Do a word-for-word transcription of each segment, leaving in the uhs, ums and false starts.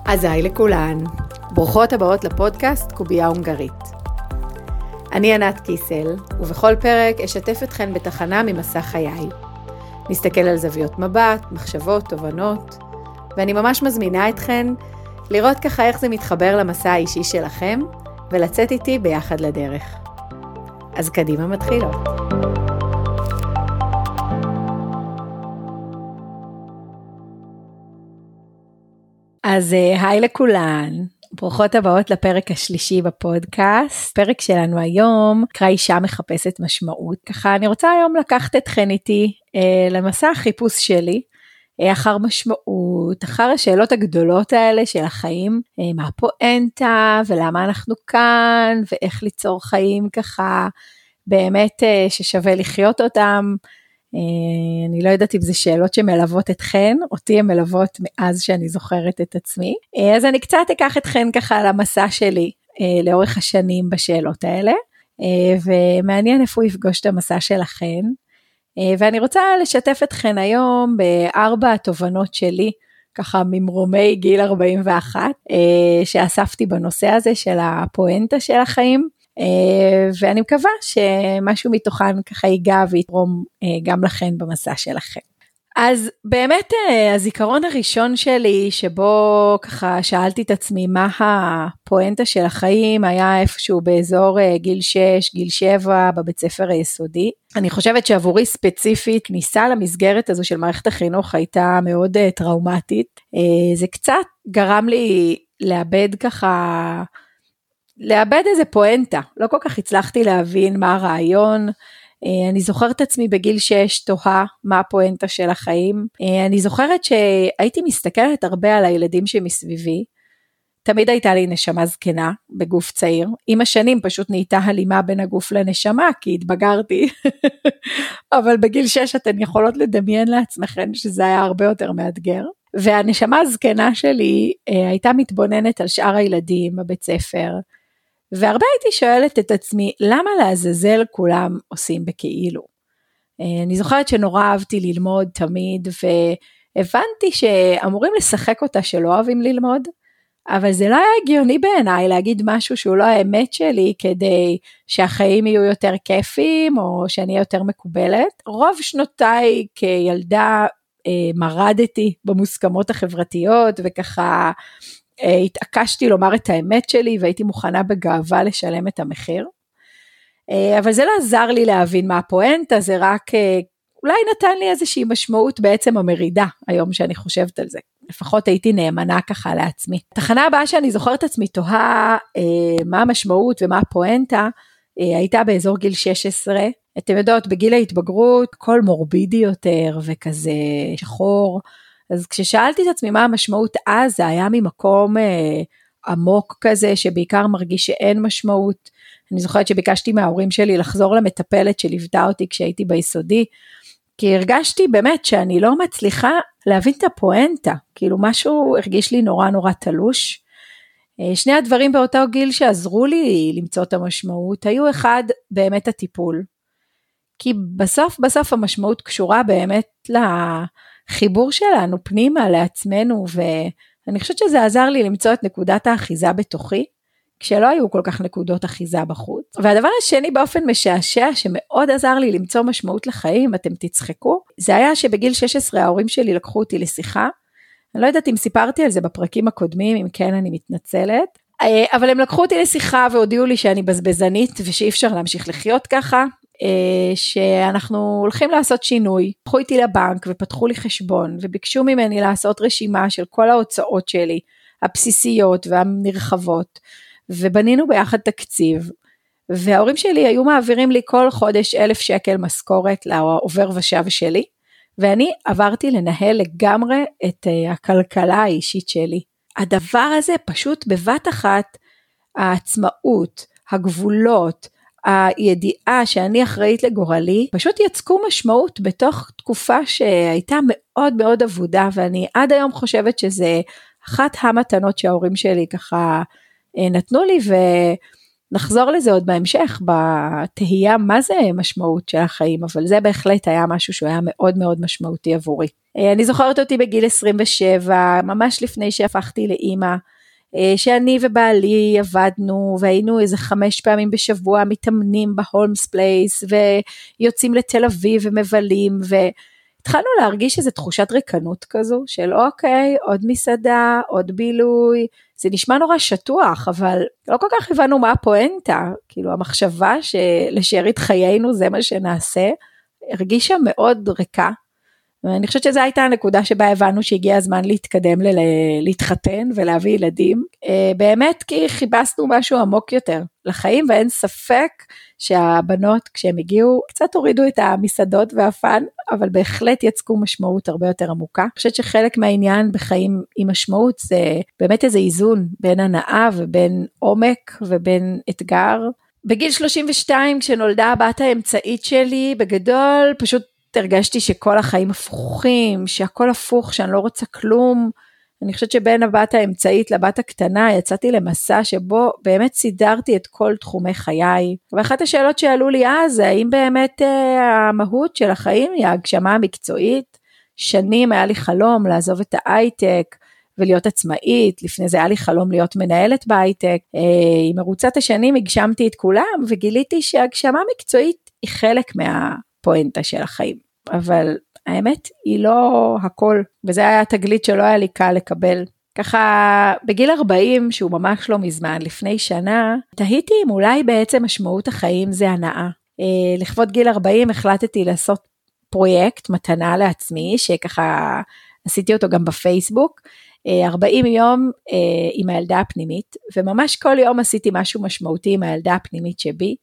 אז היי לכולן, ברוכות הבאות לפודקאסט קובייה הונגרית. אני ענת קיסל, ובכל פרק אשתף אתכן בתחנה ממסע חיי. נסתכל על זוויות מבט, מחשבות, תובנות, ואני ממש מזמינה אתכן לראות ככה איך זה מתחבר למסע האישי שלכם, ולצאת איתי ביחד לדרך. אז קדימה מתחילות. אז היי לכולן, ברוכות הבאות לפרק השלישי בפודקאסט. פרק שלנו היום נקרא אישה מחפשת משמעות. ככה אני רוצה היום לקחת אתכן איתי אה, למסע החיפוש שלי, אה, אחר משמעות, אחר השאלות הגדולות האלה של החיים, אה, מה הפואנטה ולמה אנחנו כאן, ואיך ליצור חיים ככה באמת אה, ששווה לחיות אותם. אני לא יודעת אם זה שאלות שמלוות אתכן, אותי הן מלוות מאז שאני זוכרת את עצמי, אז אני קצת אקח אתכן ככה למסע שלי לאורך השנים בשאלות האלה, ומעניין איפה הוא יפגוש את המסע שלכן, ואני רוצה לשתף אתכן היום בארבע התובנות שלי, ככה ממרומי גיל ארבעים ואחת, שאספתי בנושא הזה של הפואנטה של החיים, ואני מקווה שמשהו מתוכן ככה ייגע ויתרום גם לכן במסע שלכם. אז באמת הזיכרון הראשון שלי שבו ככה שאלתי את עצמי מה הפואנטה של החיים היה איפשהו באזור גיל שש, גיל שבע בבית ספר היסודי. אני חושבת שעבורי ספציפית כניסה למסגרת הזו של מערכת החינוך הייתה מאוד טראומטית. זה קצת גרם לי לאבד ככה לאבד איזה פואנטה, לא כל כך הצלחתי להבין מה הרעיון, אני זוכרת עצמי בגיל שש תוהה מה הפואנטה של החיים, אני זוכרת שהייתי מסתכלת הרבה על הילדים שמסביבי, תמיד הייתה לי נשמה זקנה בגוף צעיר, עם השנים פשוט נהייתה הלימה בין הגוף לנשמה, כי התבגרתי, אבל בגיל שש אתן יכולות לדמיין לעצמכן שזה היה הרבה יותר מאתגר, והנשמה הזקנה שלי הייתה מתבוננת על שאר הילדים בבית ספר, והרבה הייתי שואלת את עצמי, למה לעזאזל כולם עושים בכאילו? אני זוכרת שנורא אהבתי ללמוד תמיד, והבנתי שאמורים לשחק אותה שלא אוהבים ללמוד, אבל זה לא היה הגיוני בעיניי להגיד משהו שהוא לא האמת שלי, כדי שהחיים יהיו יותר כיפים, או שאני אהיה יותר מקובלת. רוב שנותיי כילדה מרדתי במוסכמות החברתיות, וככה התעקשתי לומר את האמת שלי, והייתי מוכנה בגאווה לשלם את המחיר, אבל זה לא עזר לי להבין מה הפואנטה, זה רק אולי נתן לי איזושהי משמעות בעצם המרידה, היום שאני חושבת על זה, לפחות הייתי נאמנה ככה לעצמי. התחנה הבאה שאני זוכרת עצמי תוהה מה המשמעות ומה הפואנטה, הייתה באזור גיל שש עשרה, אתם יודעות בגיל ההתבגרות, כל מורבידי יותר וכזה שחור, אז כששאלתי את עצמי מה המשמעות אז, זה היה ממקום אה, עמוק כזה, שבעיקר מרגיש שאין משמעות. אני זוכרת שביקשתי מההורים שלי לחזור למטפלת שליוותה אותי כשהייתי ביסודי, כי הרגשתי באמת שאני לא מצליחה להבין את הפואנטה, כאילו משהו הרגיש לי נורא נורא תלוש. אה, שני הדברים באותו גיל שעזרו לי למצוא את המשמעות, היו אחד באמת הטיפול, כי בסוף בסוף המשמעות קשורה באמת ל... חיבור שלנו פנימה לעצמנו, ואני חושבת שזה עזר לי למצוא את נקודת האחיזה בתוכי, כשלא היו כל כך נקודות אחיזה בחוץ. והדבר השני באופן משעשע, שמאוד עזר לי למצוא משמעות לחיים, אתם תצחקו, זה היה שבגיל שש עשרה ההורים שלי לקחו אותי לשיחה, אני לא יודעת אם סיפרתי על זה בפרקים הקודמים, אם כן אני מתנצלת, אבל הם לקחו אותי לשיחה והודיעו לי שאני בזבזנית, ושאי אפשר להמשיך לחיות ככה, שאנחנו הולכים לעשות שינוי, הלכו איתי לבנק ופתחו לי חשבון, וביקשו ממני לעשות רשימה של כל ההוצאות שלי, הבסיסיות והנרחבות, ובנינו ביחד תקציב, וההורים שלי היו מעבירים לי כל חודש אלף שקל משכורת לעובר ושב שלי, ואני עברתי לנהל לגמרי את הכלכלה האישית שלי. הדבר הזה פשוט בבת אחת, העצמאות, הגבולות, הידיעה שאני אחראית לגורלי, פשוט יצקו משמעות בתוך תקופה שהייתה מאוד מאוד עבודה, ואני עד היום חושבת שזה אחת המתנות שההורים שלי ככה נתנו לי, נחזור לזה עוד בהמשך, בתהייה מה זה משמעות של החיים, אבל זה בהחלט היה משהו שהוא היה מאוד מאוד משמעותי עבורי. אני זוכרת אותי בגיל עשרים ושבע, ממש לפני שהפכתי לאימא, שאני ובעלי עבדנו, והיינו איזה חמש פעמים בשבוע מתאמנים בהולמס פלייס, ויוצאים לתל אביב ומבלים, והתחלנו להרגיש איזו תחושת ריקנות כזו, של אוקיי, עוד מסעדה, עוד בילוי, זה נשמע נורא שטוח, אבל לא כל כך הבנו מה הפואנטה, כאילו המחשבה שלשארית חיינו זה מה שנעשה, הרגישה מאוד ריקה, ואני חושבת שזו הייתה הנקודה שבה הבנו שהגיע הזמן להתקדם, ל- להתחתן ולהביא ילדים, באמת כי חיפשנו משהו עמוק יותר לחיים, ואין ספק שהבנות כשהם הגיעו קצת הורידו את המסעדות והפן, אבל בהחלט יצקו משמעות הרבה יותר עמוקה. אני חושבת שחלק מהעניין בחיים עם משמעות זה באמת איזה איזון בין הנאה ובין עומק ובין אתגר. בגיל שלושים ושתיים כשנולדה הבת האמצעית שלי, בגדול פשוט הרגשתי שכל החיים הפוכים, שהכל הפוך, שאני לא רוצה כלום. אני חושבת שבין הבת האמצעית לבת הקטנה, יצאתי למסע שבו באמת סידרתי את כל תחומי חיי. ואחת השאלות שעלו לי אז, האם באמת אה, המהות של החיים היא ההגשמה המקצועית? שנים היה לי חלום לעזוב את ההייטק ולהיות עצמאית, לפני זה היה לי חלום להיות מנהלת בהייטק. אה, עם מרוצת השנים הגשמתי את כולם, וגיליתי שההגשמה המקצועית היא חלק מהפואנטה של החיים. אבל האמת היא לא הכל, וזה היה תגלית שלא היה לי קל לקבל. ככה בגיל ארבעים, שהוא ממש לא מזמן, לפני שנה, תהיתי אם אולי בעצם משמעות החיים זה הנאה. לכבוד גיל ארבעים החלטתי לעשות פרויקט, מתנה לעצמי, שככה עשיתי אותו גם בפייסבוק, ארבעים יום עם הילדה הפנימית, וממש כל יום עשיתי משהו משמעותי עם הילדה הפנימית שבי,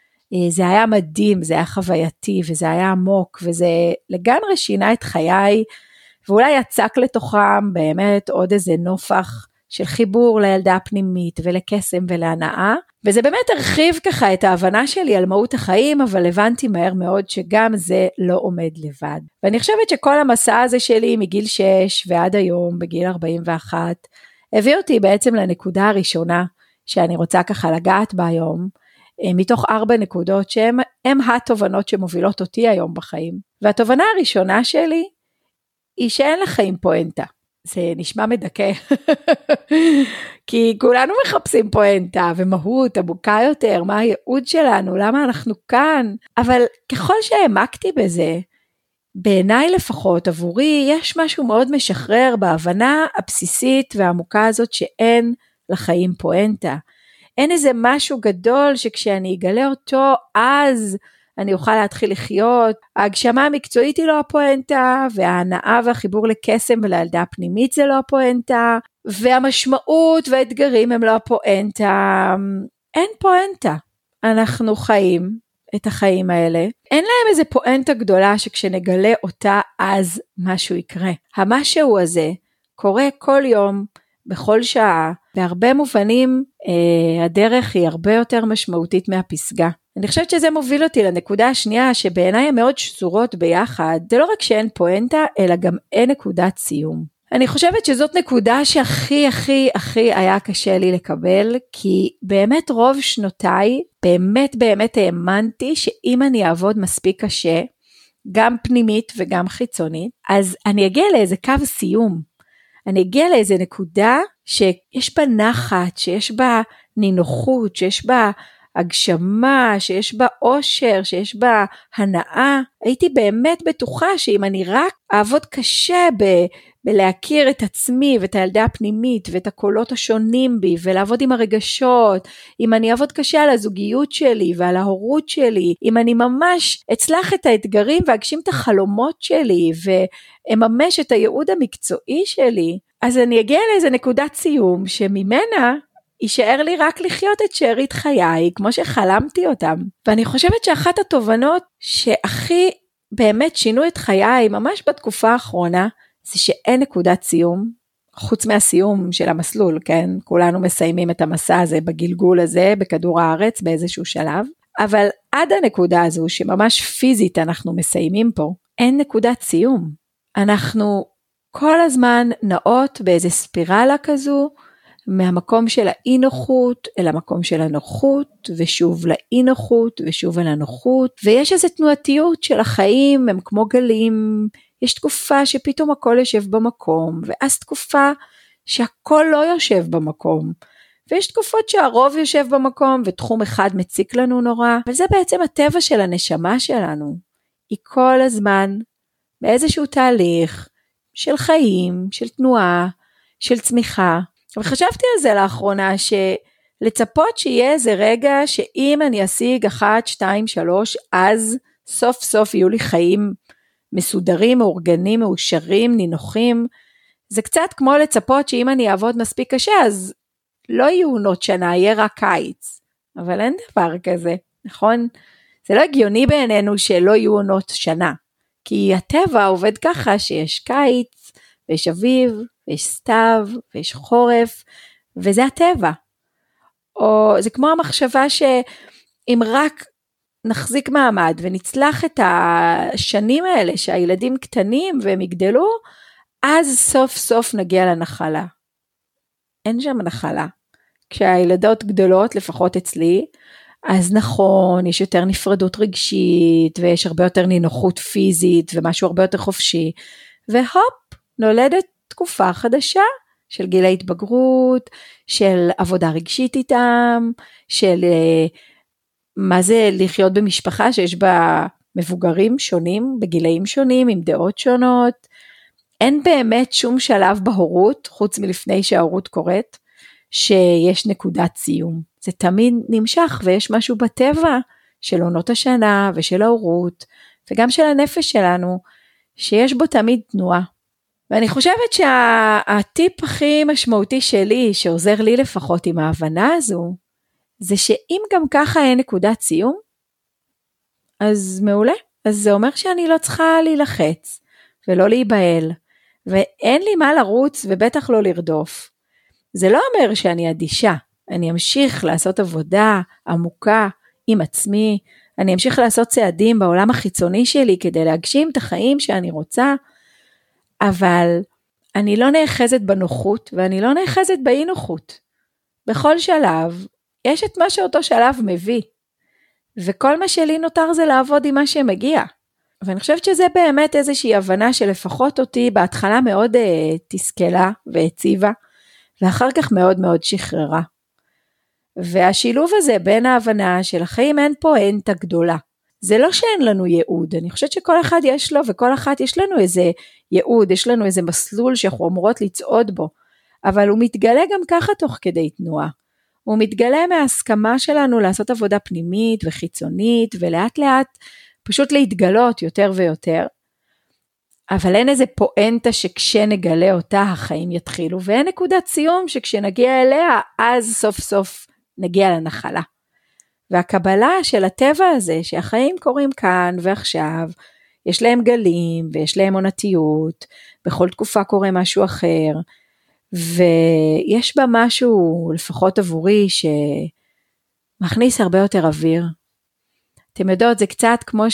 זה היה מדהים, זה היה חווייתי, וזה היה עמוק, וזה לגמרי שינה את חיי, ואולי יצק לתוכם באמת עוד איזה נופח של חיבור לילדה הפנימית, ולקסם ולהנאה, וזה באמת הרחיב ככה את ההבנה שלי על מהות החיים, אבל הבנתי מהר מאוד שגם זה לא עומד לבד. ואני חושבת שכל המסע הזה שלי מגיל שש ועד היום, בגיל ארבעים ואחת, הביא אותי בעצם לנקודה הראשונה, שאני רוצה ככה לגעת בה היום, מתוך ארבע נקודות שהן הם התובנות שמובילות אותי היום בחיים. והתובנה הראשונה שלי היא שאין לחיים פואנטה. זה נשמע מדכא, כי כולנו מחפשים פואנטה ומהות עמוקה יותר, מה הייעוד שלנו, למה אנחנו כאן. אבל ככל שהעמקתי בזה, בעיניי לפחות עבורי, יש משהו מאוד משחרר בהבנה הבסיסית והעמוקה הזאת שאין לחיים פואנטה. אין איזה משהו גדול שכשאני אגלה אותו, אז אני אוכל להתחיל לחיות. ההגשמה המקצועית היא לא הפואנטה, וההנאה והחיבור לקסם ולילדה הפנימית זה לא הפואנטה, והמשמעות והאתגרים הם לא הפואנטה. אין פואנטה. אנחנו חיים את החיים האלה. אין להם איזה פואנטה גדולה שכשנגלה אותה, אז משהו יקרה. המשהו הזה קורה כל יום, בכל שעה, בהרבה מובנים אה, הדרך היא הרבה יותר משמעותית מהפסגה. אני חושבת שזה מוביל אותי לנקודה השנייה, שבעיניי הן מאוד שזורות ביחד, זה לא רק שאין פואנטה, אלא גם אין נקודת סיום. אני חושבת שזאת נקודה שהכי הכי הכי היה קשה לי לקבל, כי באמת רוב שנותיי, באמת באמת האמנתי, שאם אני אעבוד מספיק קשה, גם פנימית וגם חיצונית, אז אני אגיע לאיזה קו סיום, אני אגיע לאיזה נקודה שיש בה נחת, שיש בה נינוחות, שיש בה הגשמה, שיש בה אושר, שיש בה הנאה. הייתי באמת בטוחה שאם אני רק אעבוד קשה ב- בלהכיר את עצמי ואת הילדה הפנימית ואת הקולות השונים בי ולעבוד עם הרגשות, אם אני אעבוד קשה על הזוגיות שלי ועל ההורות שלי, אם אני ממש אצלח את האתגרים ואגשים את החלומות שלי ואממש את הייעוד המקצועי שלי, אז אני אגיע לאיזה נקודת סיום שממנה יישאר לי רק לחיות את שארית חיי כמו שחלמתי אותם. ואני חושבת שאחת התובנות שהכי באמת שינו את חיי ממש בתקופה האחרונה, זה שאין נקודת סיום, חוץ מהסיום של המסלול, כן? כולנו מסיימים את המסע הזה בגלגול הזה, בכדור הארץ באיזשהו שלב, אבל עד הנקודה הזו שממש פיזית אנחנו מסיימים פה, אין נקודת סיום. אנחנו כל הזמן נעות באיזה ספירלה כזו, מהמקום של האי נוחות אל המקום של הנוחות, ושוב לאי נוחות ושוב אל הנוחות, ויש איזו תנועתיות של החיים, הם כמו גלים, יש תקופה שפתאום הכל יושב במקום, ואז תקופה שהכל לא יושב במקום, ויש תקופות שהרוב יושב במקום, ותחום אחד מציק לנו נורא, וזה בעצם הטבע של הנשמה שלנו, היא כל הזמן באיזשהו תהליך של חיים, של תנועה, של צמיחה, וחשבתי על זה לאחרונה, שלצפות שיהיה איזה רגע, שאם אני אשיג אחת, שתיים, שלוש, אז סוף סוף יהיו לי חיים מסודרים, מאורגנים, מאושרים, נינוחים, זה קצת כמו לצפות שאם אני אעבוד מספיק קשה, אז לא יהיו עונות שנה, יהיה רק קיץ, אבל אין דבר כזה, נכון? זה לא הגיוני בעינינו שלא יהיו עונות שנה, כי הטבע עובד ככה שיש קיץ, ויש אביב, ויש סתיו, ויש חורף, וזה הטבע. או זה כמו המחשבה שאם רק נחזיק מעמד ונצלח את השנים האלה שהילדים קטנים והם יגדלו, אז סוף סוף נגיע לנחלה. אין שם נחלה. כשהילדות גדולות, לפחות אצלי, אז נכון, יש יותר נפרדות רגשית, ויש הרבה יותר נינוחות פיזית, ומשהו הרבה יותר חופשי, והופ, נולדת תקופה חדשה, של גיל ההתבגרות, של עבודה רגשית איתם, של מה זה לחיות במשפחה, שיש בה מבוגרים שונים, בגילאים שונים, עם דעות שונות, אין באמת שום שלב בהורות, חוץ מלפני שההורות קורית, שיש נקודת סיום. זה תמיד נמשך, ויש משהו בטבע של עונות השנה, ושל ההורות, וגם של הנפש שלנו, שיש בו תמיד תנועה. ואני חושבת שהטיפ הכי משמעותי שלי, שעוזר לי לפחות עם ההבנה הזו, זה שאם גם ככה אין נקודת סיום, אז מעולה. אז זה אומר שאני לא צריכה להילחץ, ולא להיבהל, ואין לי מה לרוץ, ובטח לא לרדוף. זה לא אומר שאני אדישה, אני אמשיך לעשות עבודה עמוקה עם עצמי, אני אמשיך לעשות צעדים בעולם החיצוני שלי, כדי להגשים את החיים שאני רוצה, אבל אני לא נאחזת בנוחות, ואני לא נאחזת באי נוחות. בכל שלב, יש את מה שאותו שלב מביא, וכל מה שלי נותר זה לעבוד עם מה שמגיע. ואני חושבת שזה באמת איזושהי הבנה שלפחות אותי בהתחלה מאוד uh, תסכלה והציבה, ואחר כך מאוד מאוד שחררה. והשילוב הזה בין ההבנה של החיים אין פה אנטה גדולה. זה לא שאין לנו ייעוד, אני חושבת שכל אחד יש לו, וכל אחת יש לנו איזה ייעוד, יש לנו איזה מסלול שאנחנו אמורות לצעוד בו, אבל הוא מתגלה גם ככה תוך כדי תנועה. הוא מתגלה מההסכמה שלנו לעשות עבודה פנימית וחיצונית, ולאט לאט פשוט להתגלות יותר ויותר, אבל אין איזה פואנטה שכשנגלה אותה החיים יתחילו, ואין נקודת סיום שכשנגיע אליה, אז סוף סוף נגיע לנחלה. והקבלה של הטבע הזה, שהחיים קורים כאן ועכשיו, יש להם גלים ויש להם עונתיות, בכל תקופה קורה משהו אחר, ויש בה משהו, לפחות עבורי, שמכניס הרבה יותר אוויר. אתם יודעות, זה קצת כמו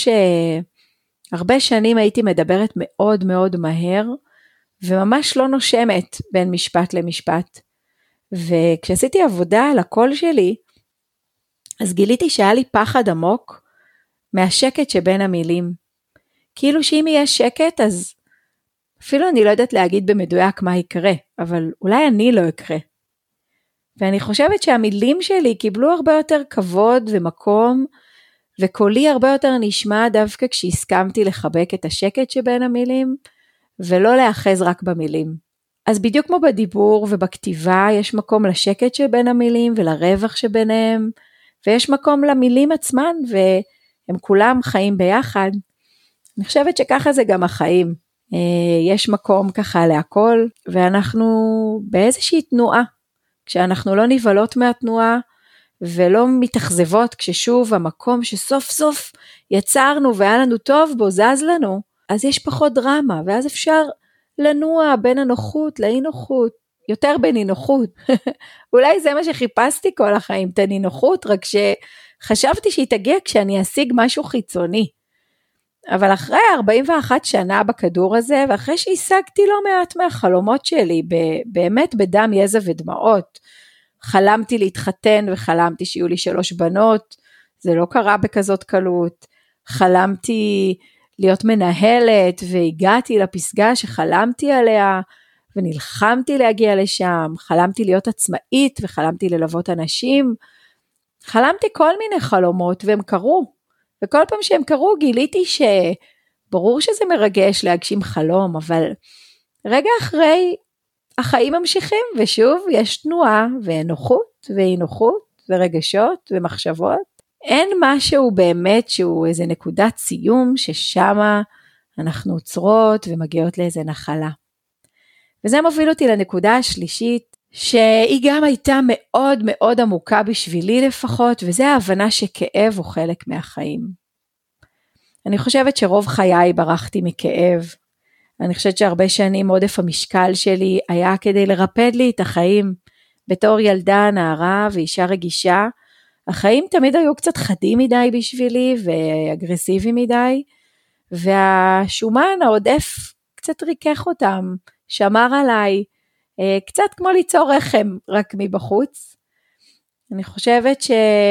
שהרבה שנים הייתי מדברת מאוד מאוד מהר, וממש לא נושמת בין משפט למשפט. וכשעשיתי עבודה על הקול שלי, אז גיליתי שהיה לי פחד עמוק מהשקט שבין המילים. כאילו שאם יהיה שקט, אז אפילו אני לא יודעת להגיד במדויק מה יקרה, אבל אולי אני לא אקרה. ואני חושבת שהמילים שלי קיבלו הרבה יותר כבוד ומקום, וקולי הרבה יותר נשמע דווקא כשהסכמתי לחבק את השקט שבין המילים, ולא להאחז רק במילים. אז בדיוק כמו בדיבור ובכתיבה, יש מקום לשקט שבין המילים ולרווח שביניהם, ויש מקום למילים עצמן, והם כולם חיים ביחד. אני חושבת שככה זה גם החיים. יש מקום ככה להכל, ואנחנו באיזושהי תנועה. כשאנחנו לא נבלות מהתנועה, ולא מתאכזבות כששוב המקום שסוף סוף יצרנו והיה לנו טוב בו, זז לנו, אז יש פחות דרמה, ואז אפשר לנוע בין הנוחות לאי נוחות, יותר בין אי-נוחות. אולי זה מה שחיפשתי כל החיים, את הנינוחות, רק שחשבתי שהיא תגיע כשאני אשיג משהו חיצוני. אבל אחרי ארבעים ואחת שנה בכדור הזה, ואחרי שהשגתי לא מעט מהחלומות שלי, באמת בדם, יזע ודמעות, חלמתי להתחתן וחלמתי שיהיו לי שלוש בנות, זה לא קרה בכזאת קלות, חלמתי להיות מנהלת והגעתי לפסגה שחלמתי עליה ונלחמתי להגיע לשם, חלמתי להיות עצמאית וחלמתי ללוות אנשים, חלמתי כל מיני חלומות והם קרו, וכל פעם שהם קרו גיליתי שברור שזה מרגש להגשים חלום, אבל רגע אחרי החיים ממשיכים ושוב יש תנועה ונוחות ואי נוחות ורגשות ומחשבות, אין משהו באמת שהוא איזה נקודת סיום ששמה אנחנו עוצרות ומגיעות לאיזה נחלה. וזה מוביל אותי לנקודה השלישית, שהיא גם הייתה מאוד מאוד עמוקה בשבילי לפחות, וזה ההבנה שכאב הוא חלק מהחיים. אני חושבת שרוב חיי ברחתי מכאב, אני חושבת שהרבה שנים עודף המשקל שלי היה כדי לרפד לי את החיים, בתור ילדה, נערה ואישה רגישה, החיים תמיד היו קצת חדים מדי בשבילי ואגרסיביים מדי, והשומן העודף קצת ריכך אותם, שמר עליי, קצת כמו ליצור רחם רק מבחוץ. אני חושבת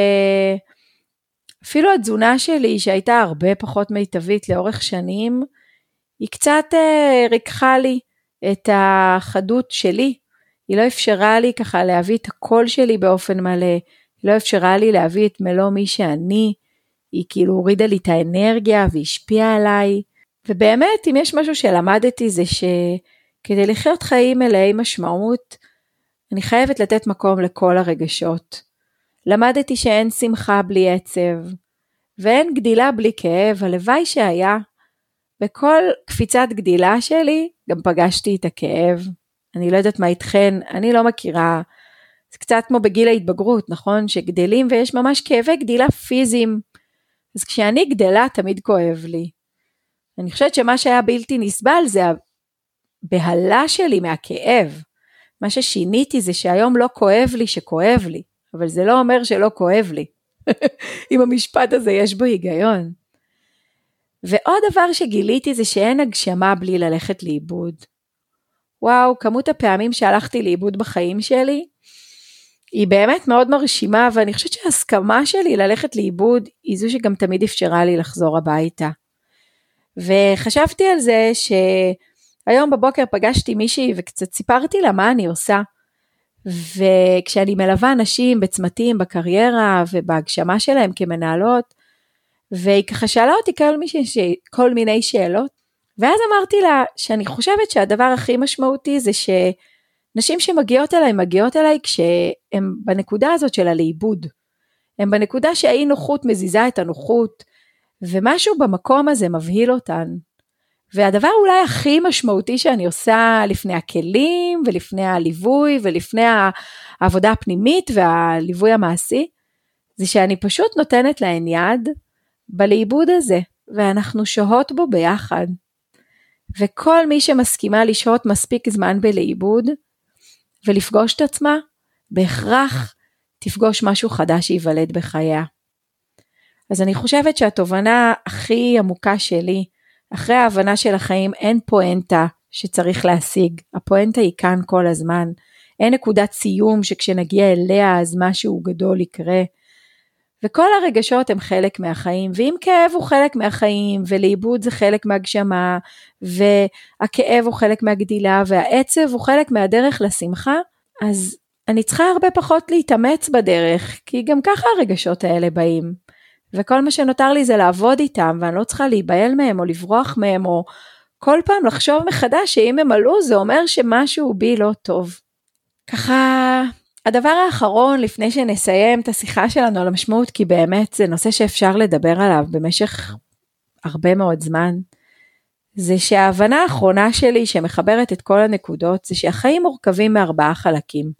שאפילו התזונה שלי שהייתה הרבה פחות מיטבית לאורך שנים, היא קצת ריקחה לי את החדות שלי, היא לא אפשרה לי ככה להביא את הקול שלי באופן מלא, היא לא אפשרה לי להביא את מלוא מי שאני, היא כאילו הורידה לי את האנרגיה והשפיעה עליי, ובאמת אם יש משהו שלמדתי זה שכדי לחיות חיים מלאי משמעות, אני חייבת לתת מקום לכל הרגשות. למדתי שאין שמחה בלי עצב, ואין גדילה בלי כאב, הלוואי שהיה. בכל קפיצת גדילה שלי גם פגשתי את הכאב, אני לא יודעת מה איתכן, אני לא מכירה, זה קצת כמו בגיל ההתבגרות, נכון? שגדלים ויש ממש כאבי גדילה פיזיים, אז כשאני גדלה תמיד כואב לי. אני חושבת שמה שהיה בלתי נסבל זה הבהלה שלי מהכאב, מה ששיניתי זה שהיום לא כואב לי שכואב לי, אבל זה לא אומר שלא כואב לי, אם המשפט הזה יש בו היגיון. ועוד דבר שגיליתי זה שאין הגשמה בלי ללכת לאיבוד. וואו, כמות הפעמים שהלכתי לאיבוד בחיים שלי, היא באמת מאוד מרשימה, ואני חושבת שההסכמה שלי ללכת לאיבוד, היא זו שגם תמיד אפשרה לי לחזור הביתה. וחשבתי על זה שהיום בבוקר פגשתי מישהי, וקצת סיפרתי לה מה אני עושה, וכשאני מלווה אנשים בצמתים, בקריירה, ובהגשמה שלהם כמנהלות, והיא ככה שאלה אותי כל, מישהי, כל מיני שאלות, ואז אמרתי לה שאני חושבת שהדבר הכי משמעותי זה שנשים שמגיעות אליי, מגיעות אליי כשהן בנקודה הזאת של הלאיבוד, הן בנקודה שהאי נוחות מזיזה את הנוחות, ומשהו במקום הזה מבהיל אותן, והדבר אולי הכי משמעותי שאני עושה לפני הכלים, ולפני הליווי, ולפני העבודה הפנימית והליווי המעשי, זה שאני פשוט נותנת להן יד בלאיבוד הזה, ואנחנו שוהות בו ביחד. וכל מי שמסכימה לשהות מספיק זמן בלאיבוד, ולפגוש את עצמה, בהכרח תפגוש משהו חדש שיוולד בחייה. אז אני חושבת שהתובנה הכי עמוקה שלי, אחרי ההבנה של החיים, אין פואנטה שצריך להשיג. הפואנטה היא כאן כל הזמן. אין נקודת סיום שכשנגיע אליה אז משהו גדול יקרה. וכל הרגשות הם חלק מהחיים, ואם כאב הוא חלק מהחיים, ולאיבוד זה חלק מהגשמה, והכאב הוא חלק מהגדילה, והעצב הוא חלק מהדרך לשמחה, אז אני צריכה הרבה פחות להתאמץ בדרך, כי גם ככה הרגשות האלה באים, וכל מה שנותר לי זה לעבוד איתם, ואני לא צריכה להיבהל מהם, או לברוח מהם, או כל פעם לחשוב מחדש, שאם הם עלו זה אומר שמשהו בי לא טוב. ככה הדבר האחרון לפני שנסיים את השיחה שלנו על המשמעות, כי באמת זה נושא שאפשר לדבר עליו במשך הרבה מאוד זמן, זה שההבנה האחרונה שלי שמחברת את כל הנקודות, זה שהחיים מורכבים מארבעה חלקים.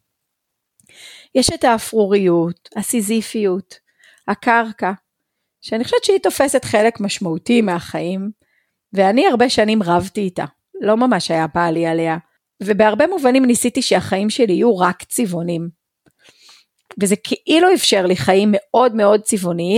יש את האפרוריות, הסיזיפיות, הקרקע, שאני חושבת שהיא תופסת חלק משמעותי מהחיים, ואני הרבה שנים רבתי איתה, לא ממש היה בא לי עליה, ובהרבה מובנים ניסיתי שהחיים שלי יהיו רק צבעונים, וזה כאילו אפשר לי חיים מאוד מאוד צבעוניים,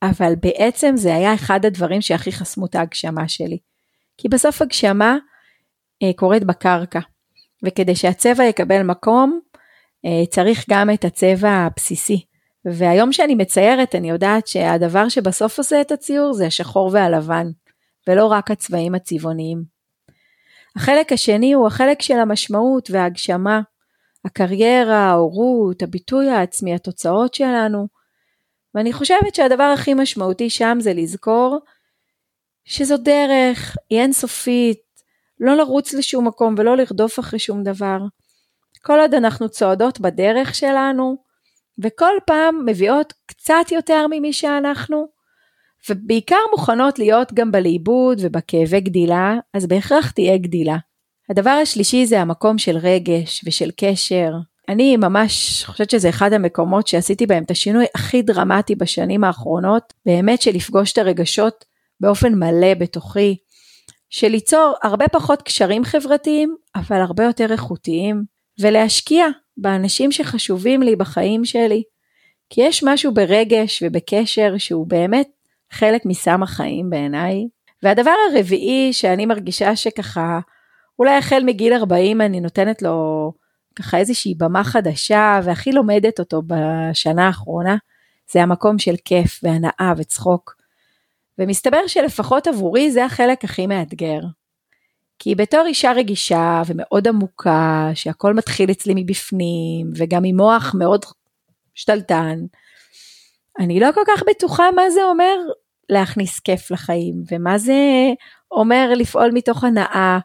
אבל בעצם זה היה אחד הדברים שהכי חסמו את ההגשמה שלי. כי בסוף הגשמה אה, קורית בקרקע, וכדי שהצבע יקבל מקום, אה, צריך גם את הצבע הבסיסי. והיום שאני מציירת, אני יודעת שהדבר שבסוף עושה את הציור זה השחור והלבן, ולא רק הצבעים הצבעוניים. החלק השני הוא החלק של המשמעות וההגשמה, הקריירה, ההורות, הביטוי העצמי, התוצאות שלנו, ואני חושבת שהדבר הכי משמעותי שם זה לזכור שזו דרך, היא אינסופית, לא לרוץ לשום מקום ולא לרדוף אחרי שום דבר. כל עוד אנחנו צועדות בדרך שלנו, וכל פעם מביאות קצת יותר ממי שאנחנו, ובעיקר מוכנות להיות גם בלאיבוד ובכאבי גדילה, אז בהכרח תהיה גדילה. הדבר השלישי זה המקום של רגש ושל קשר. אני ממש חושבת שזה אחד המקומות שעשיתי בהם את השינוי הכי דרמטי בשנים האחרונות, באמת של לפגוש את הרגשות באופן מלא בתוכי, של ליצור הרבה פחות קשרים חברתיים, אבל הרבה יותר איכותיים, ולהשקיע באנשים שחשובים לי בחיים שלי, כי יש משהו ברגש ובקשר שהוא באמת חלק מסם החיים בעיניי. והדבר הרביעי שאני מרגישה שככה, אולי החל מגיל ארבעים אני נותנת לו ככה איזושהי במה חדשה, והכי לומדת אותו בשנה האחרונה, זה המקום של כיף והנאה וצחוק. ומסתבר שלפחות עבורי זה החלק הכי מאתגר. כי בתור אישה רגישה ומאוד עמוקה, שהכל מתחיל אצלי מבפנים, וגם עם מוח מאוד שתלטן, אני לא כל כך בטוחה מה זה אומר להכניס כיף לחיים, ומה זה אומר לפעול מתוך הנאה,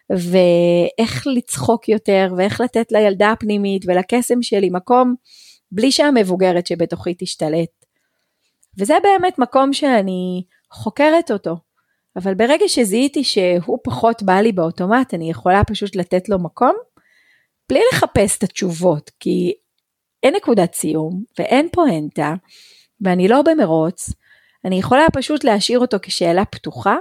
ואיך לצחוק יותר, ואיך לתת לילדה הפנימית ולקסם שלי מקום, בלי שהמבוגרת שבתוכי תשתלט. וזה באמת מקום שאני חוקרת אותו, אבל ברגע שזיהיתי שהוא פחות בא לי באוטומט, אני יכולה פשוט לתת לו מקום, בלי לחפש את התשובות, כי אין נקודת סיום, ואין פואנטה, ואני לא במרוץ, אני יכולה פשוט להשאיר אותו כשאלה פתוחה,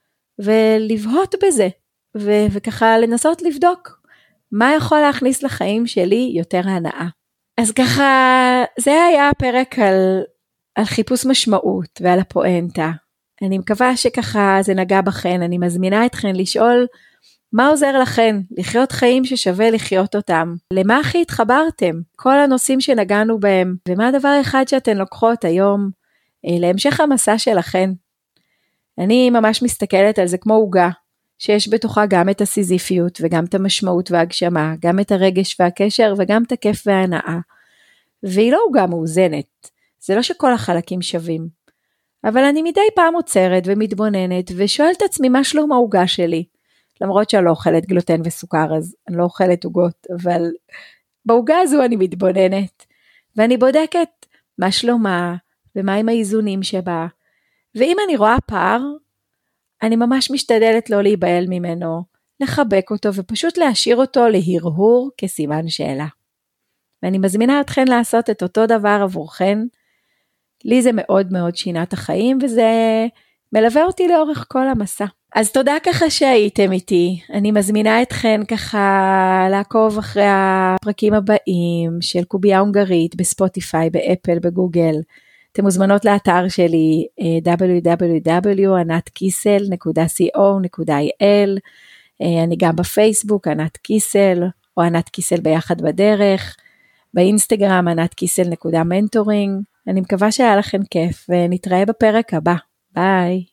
ולבהות בזה, ו- וככה לנסות לבדוק, מה יכול להכניס לחיים שלי יותר הנאה. אז ככה, זה היה הפרק על, על חיפוש משמעות, ועל הפואנטה. אני מקווה שככה זה נגע בכן, אני מזמינה אתכן לשאול, מה עוזר לכן לחיות חיים ששווה לחיות אותם? למה הכי התחברתם? כל הנושאים שנגענו בהם, ומה הדבר אחד שאתן לוקחות היום להמשך המסע שלכן? אני ממש מסתכלת על זה כמו עוגה, שיש בתוכה גם את הסיזיפיות וגם את המשמעות וההגשמה, גם את הרגש והקשר וגם את הכיף וההנאה. והיא לא עוגה מאוזנת, זה לא שכל החלקים שווים. אבל אני מדי פעם עוצרת ומתבוננת ושואלת עצמי מה שלום העוגה שלי. למרות שאני לא אוכלת גלוטן וסוכר, אז אני לא אוכלת עוגות, אבל בעוגה הזו אני מתבוננת, ואני בודקת מה שלומה, ומה עם האיזונים שבה, ואם אני רואה פער, אני ממש משתדלת לא להיבהל ממנו, לחבק אותו, ופשוט להשאיר אותו להרהור כסימן שאלה. ואני מזמינה אתכן לעשות את אותו דבר עבורכן, לי זה מאוד מאוד שינה את החיים, וזה מלווה אותי לאורך כל המסע. אז תודה ככה שהייתם איתי, אני מזמינה אתכן ככה לעקוב אחרי הפרקים הבאים של קובייה הונגרית בספוטיפיי, באפל, בגוגל. אתם מוזמנות לאתר שלי דאבליו דאבליו דאבליו נקודה ענת קיסל נקודה קו נקודה איי אל, אני גם בפייסבוק ענת קיסל או ענת קיסל ביחד בדרך, באינסטגרם ענת קיסל נקודה מנטורינג. אני מקווה שהיה לכם כיף ונתראה בפרק הבא, ביי.